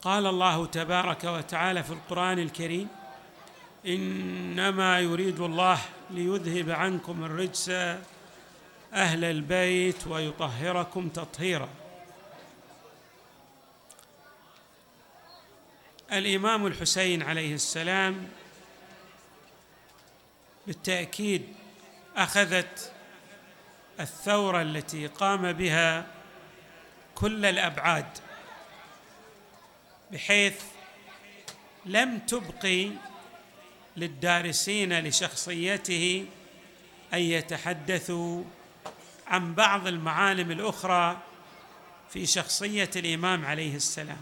قال الله تبارك وتعالى في القرآن الكريم: إنما يريد الله ليذهب عنكم الرجس أهل البيت ويطهركم تطهيرا. الإمام الحسين عليه السلام بالتأكيد أخذت الثورة التي قام بها كل الأبعاد، بحيث لم تبقي للدارسين لشخصيته أن يتحدثوا عن بعض المعالم الأخرى في شخصية الإمام عليه السلام.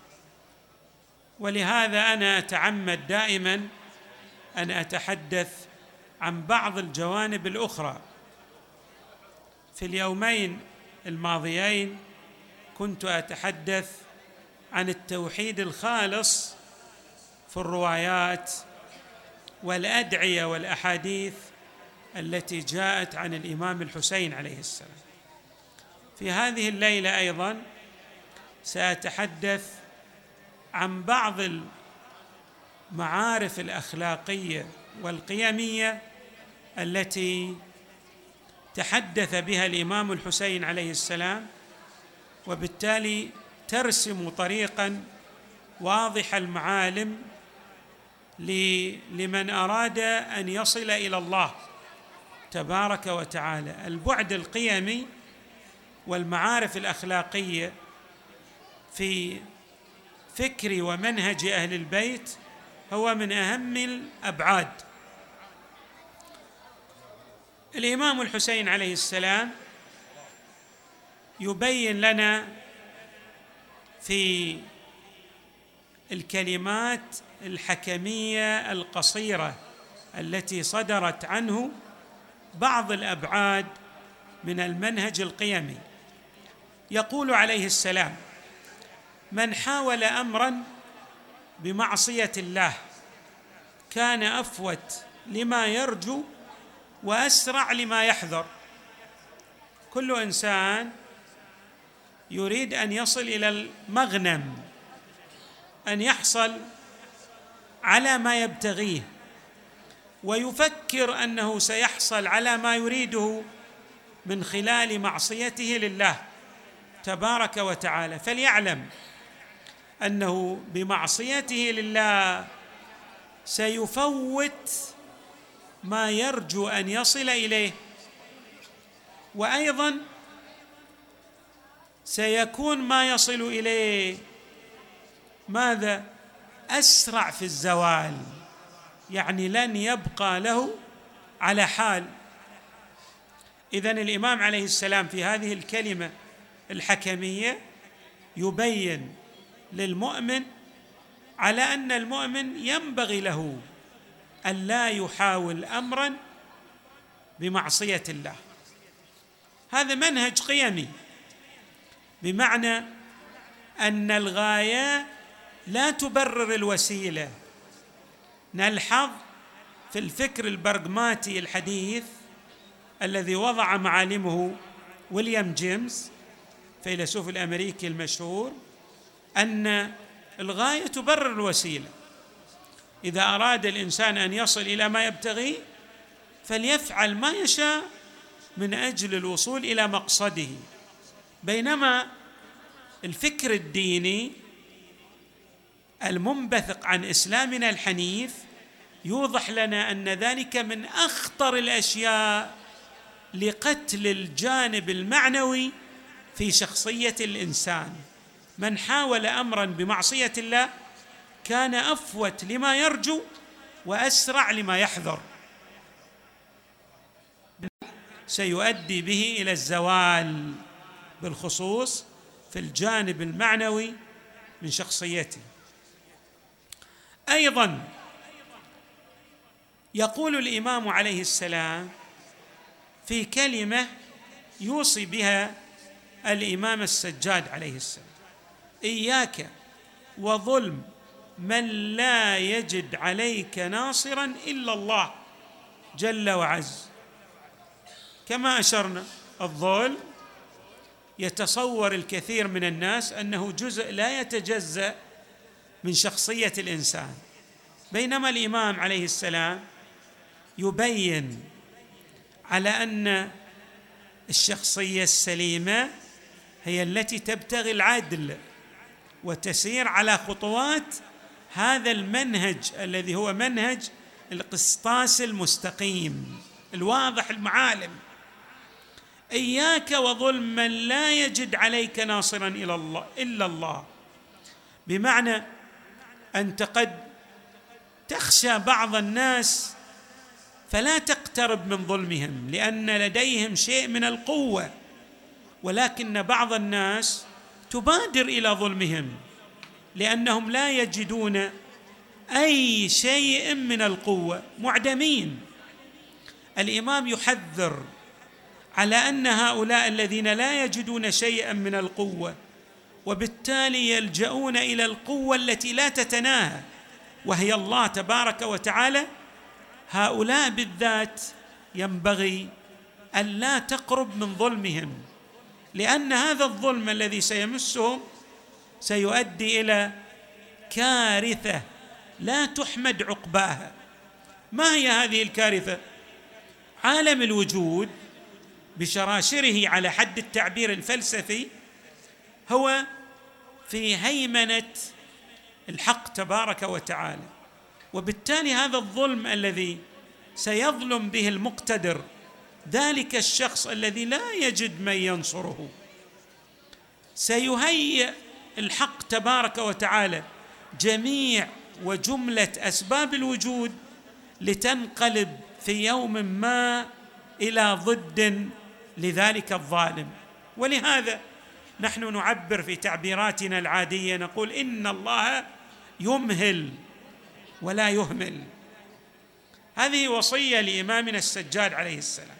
ولهذا أنا أتعمد دائماً أن أتحدث عن بعض الجوانب الأخرى. في اليومين الماضيين كنت أتحدث عن التوحيد الخالص في الروايات والأدعية والأحاديث التي جاءت عن الإمام الحسين عليه السلام. في هذه الليلة أيضاً سأتحدث عن بعض المعارف الأخلاقية والقيمية التي تحدث بها الإمام الحسين عليه السلام، وبالتالي ترسم طريقاً واضح المعالم لمن أراد أن يصل إلى الله تبارك وتعالى. البعد القيمي والمعارف الأخلاقية في فكر ومنهج أهل البيت هو من أهم الأبعاد. الإمام الحسين عليه السلام يبين لنا في الكلمات الحكمية القصيرة التي صدرت عنه بعض الأبعاد من المنهج القيمي. يقول عليه السلام: من حاول أمراً بمعصية الله كان أفوت لما يرجو وأسرع لما يحذر. كل إنسان يريد أن يصل إلى المغنم، أن يحصل على ما يبتغيه، ويفكر أنه سيحصل على ما يريده من خلال معصيته لله تبارك وتعالى، فليعلم أنه بمعصيته لله سيفوت ما يرجو أن يصل إليه، وأيضاً سيكون ما يصل إليه ماذا؟ أسرع في الزوال، يعني لن يبقى له على حال. إذن الإمام عليه السلام في هذه الكلمة الحكمية يبين للمؤمن على أن المؤمن ينبغي له أن لا يحاول أمراً بمعصية الله. هذا منهج قيمي، بمعنى أن الغاية لا تبرر الوسيلة. نلحظ في الفكر البرغماتي الحديث الذي وضع معالمه ويليام جيمس فيلسوف الأمريكي المشهور أن الغاية تبرر الوسيلة. إذا أراد الإنسان أن يصل إلى ما يبتغي فليفعل ما يشاء من أجل الوصول إلى مقصده. بينما الفكر الديني المنبثق عن إسلامنا الحنيف يوضح لنا أن ذلك من أخطر الأشياء لقتل الجانب المعنوي في شخصية الإنسان. من حاول أمراً بمعصية الله كان أفوت لما يرجو وأسرع لما يحذر، سيؤدي به إلى الزوال، بالخصوص في الجانب المعنوي من شخصيته. أيضاً يقول الإمام عليه السلام في كلمة يوصي بها الإمام السجاد عليه السلام: إياك وظلم من لا يجد عليك ناصراً إلا الله جل وعز. كما أشرنا، الظلم يتصور الكثير من الناس أنه جزء لا يتجزأ من شخصية الإنسان، بينما الإمام عليه السلام يبين على أن الشخصية السليمة هي التي تبتغي العدل وتسير على خطوات هذا المنهج الذي هو منهج القسطاس المستقيم الواضح المعالم. إياك وظلم من لا يجد عليك ناصرا إلا الله، بمعنى أنت قد تخشى بعض الناس فلا تقترب من ظلمهم لأن لديهم شيء من القوة، ولكن بعض الناس تبادر إلى ظلمهم لأنهم لا يجدون أي شيء من القوة، معدمين. الإمام يحذر على أن هؤلاء الذين لا يجدون شيئا من القوة وبالتالي يلجؤون إلى القوة التي لا تتناهى وهي الله تبارك وتعالى، هؤلاء بالذات ينبغي أن لا تقرب من ظلمهم، لأن هذا الظلم الذي سيمسهم سيؤدي إلى كارثة لا تحمد عقباها. ما هي هذه الكارثة؟ عالم الوجود بشراشره على حد التعبير الفلسفي هو في هيمنة الحق تبارك وتعالى، وبالتالي هذا الظلم الذي سيظلم به المقتدر ذلك الشخص الذي لا يجد من ينصره، سيهيئ الحق تبارك وتعالى جميع وجملة أسباب الوجود لتنقلب في يوم ما إلى ضد لذلك الظالم. ولهذا نحن نعبر في تعبيراتنا العادية نقول إن الله يمهل ولا يهمل. هذه وصية لإمامنا السجاد عليه السلام.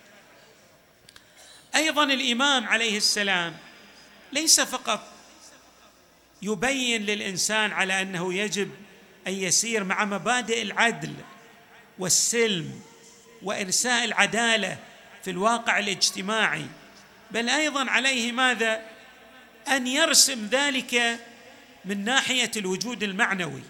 أيضا الإمام عليه السلام ليس فقط يبين للإنسان على أنه يجب أن يسير مع مبادئ العدل والسلم وإرساء العدالة في الواقع الاجتماعي، بل أيضا عليه ماذا؟ أن يرسم ذلك من ناحية الوجود المعنوي.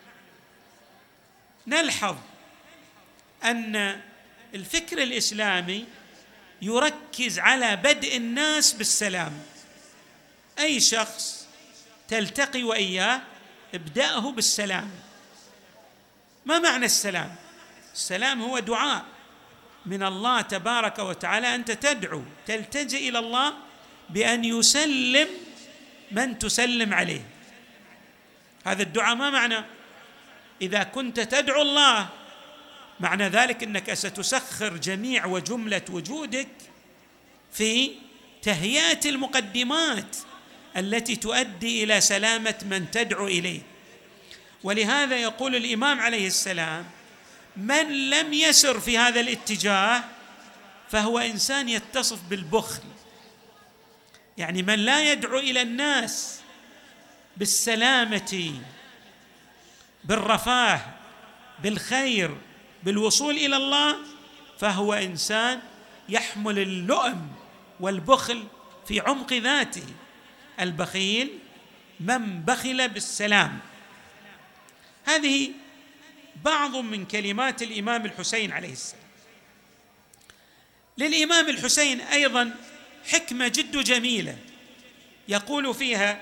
نلحظ أن الفكر الإسلامي يركز على بدء الناس بالسلام. أي شخص تلتقي وإياه ابدأه بالسلام. ما معنى السلام؟ السلام هو دعاء من الله تبارك وتعالى، أنت تدعو تلتجئ إلى الله بأن يسلم من تسلم عليه. هذا الدعاء ما معنى؟ إذا كنت تدعو الله معنى ذلك أنك ستسخر جميع وجملة وجودك في تهيئة المقدمات التي تؤدي إلى سلامة من تدعو إليه. ولهذا يقول الإمام عليه السلام: من لم يسر في هذا الاتجاه فهو إنسان يتصف بالبخل، يعني من لا يدعو إلى الناس بالسلامة بالرفاه بالخير بالوصول إلى الله فهو إنسان يحمل اللؤم والبخل في عمق ذاته. البخيل من بخل بالسلام. هذه بعض من كلمات الإمام الحسين عليه السلام. للإمام الحسين أيضا حكمة جد جميلة يقول فيها: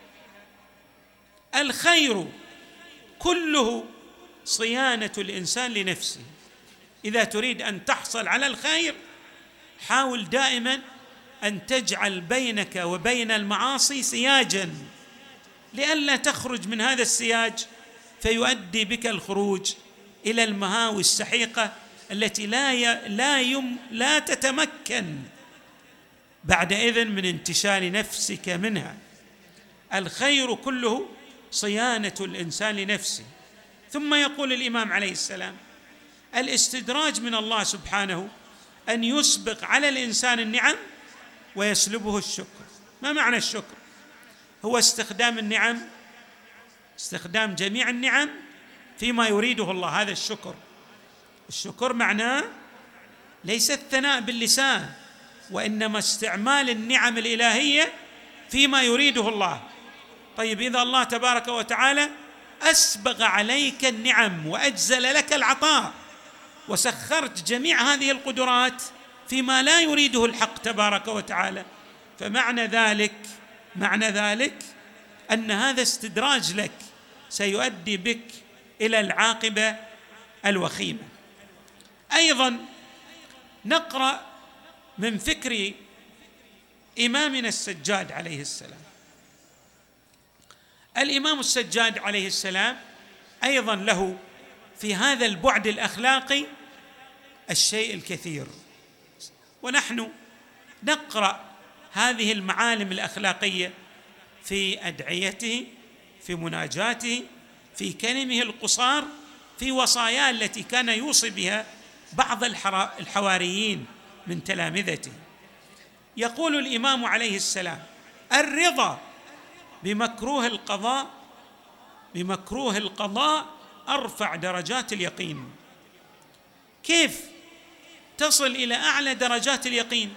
الخير كله صيانة الإنسان لنفسه. إذا تريد أن تحصل على الخير حاول دائما أن تجعل بينك وبين المعاصي سياجا لئلا تخرج من هذا السياج فيؤدي بك الخروج إلى المهاوي السحيقة التي لا تتمكن بعد إذن من انتشال نفسك منها. الخير كله صيانة الإنسان لنفسه. ثم يقول الإمام عليه السلام: الاستدراج من الله سبحانه أن يسبق على الإنسان النعم ويسلبه الشكر. ما معنى الشكر؟ هو استخدام النعم، استخدام جميع النعم فيما يريده الله، هذا الشكر. الشكر معناه ليس الثناء باللسان وإنما استعمال النعم الإلهية فيما يريده الله. طيب إذا الله تبارك وتعالى أسبغ عليك النعم وأجزل لك العطاء، وسخرت جميع هذه القدرات فيما لا يريده الحق تبارك وتعالى. فمعنى ذلك أن هذا استدراج لك سيؤدي بك إلى العاقبة الوخيمة. أيضا نقرأ من فكر إمامنا السجاد عليه السلام. الإمام السجاد عليه السلام أيضا له في هذا البعد الأخلاقي الشيء الكثير، ونحن نقرأ هذه المعالم الأخلاقية في أدعيته، في مناجاته، في كلمه القصار، في وصاياه التي كان يوصي بها بعض الحواريين من تلامذته. يقول الإمام عليه السلام: الرضا بمكروه القضاء أرفع درجات اليقين. كيف تصل إلى أعلى درجات اليقين؟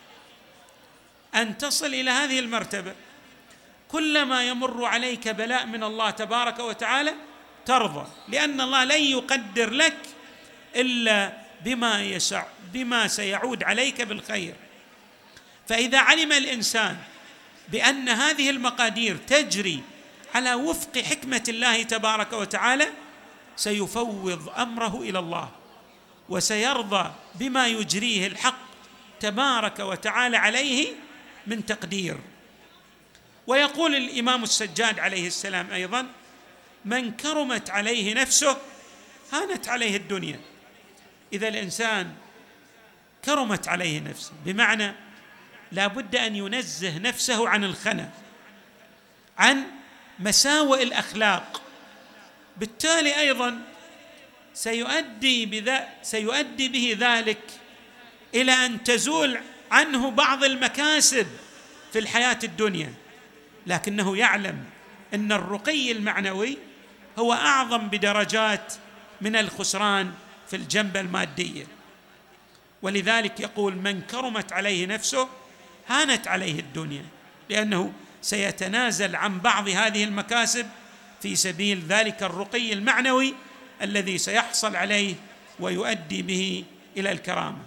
أن تصل إلى هذه المرتبة: كلما يمر عليك بلاء من الله تبارك وتعالى ترضى، لأن الله لن يقدر لك إلا بما سيعود عليك بالخير. فإذا علم الإنسان بأن هذه المقادير تجري على وفق حكمة الله تبارك وتعالى سيفوض أمره إلى الله، وسيرضى بما يجريه الحق تبارك وتعالى عليه من تقدير. ويقول الإمام السجاد عليه السلام أيضا: من كرمت عليه نفسه هانت عليه الدنيا. إذا الإنسان كرمت عليه نفسه بمعنى لا بد أن ينزه نفسه عن الخنا، عن مساوئ الأخلاق، بالتالي أيضا سيؤدي به ذلك إلى أن تزول عنه بعض المكاسب في الحياة الدنيا، لكنه يعلم أن الرقي المعنوي هو أعظم بدرجات من الخسران في الجنبة المادية. ولذلك يقول: من كرمت عليه نفسه هانت عليه الدنيا، لأنه سيتنازل عن بعض هذه المكاسب في سبيل ذلك الرقي المعنوي الذي سيحصل عليه ويؤدي به إلى الكرامة.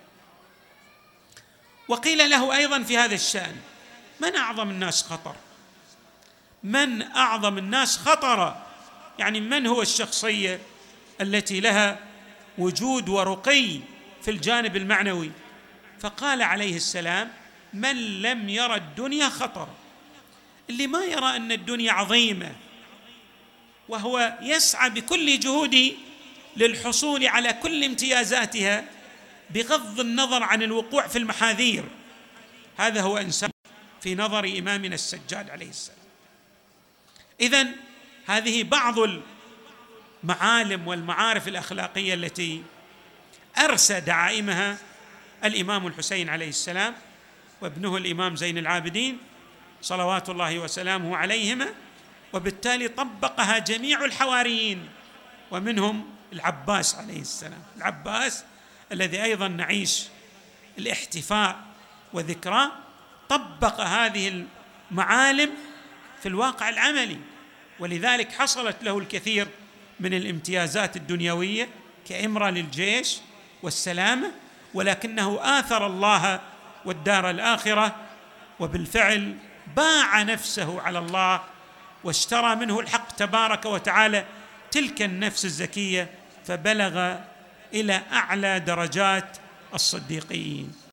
وقيل له أيضا في هذا الشأن: من أعظم الناس خطر؟ من أعظم الناس خطرا؟ يعني من هو الشخصية التي لها وجود ورقي في الجانب المعنوي؟ فقال عليه السلام: من لم يرى الدنيا خطر. اللي ما يرى أن الدنيا عظيمة وهو يسعى بكل جهوده للحصول على كل امتيازاتها بغض النظر عن الوقوع في المحاذير، هذا هو إنسان في نظر إمامنا السجاد عليه السلام. إذن هذه بعض المعالم والمعارف الأخلاقية التي أرسى دعائمها الإمام الحسين عليه السلام وابنه الإمام زين العابدين صلوات الله وسلامه عليهما، وبالتالي طبقها جميع الحواريين، ومنهم العباس عليه السلام، العباس الذي أيضا نعيش الاحتفاء وذكراه، طبق هذه المعالم في الواقع العملي، ولذلك حصلت له الكثير من الامتيازات الدنيوية كإمرة للجيش والسلامة، ولكنه آثر الله والدار الآخرة، وبالفعل باع نفسه على الله واشترى منه الحق تبارك وتعالى تلك النفس الزكية، فبلغ إلى أعلى درجات الصديقين.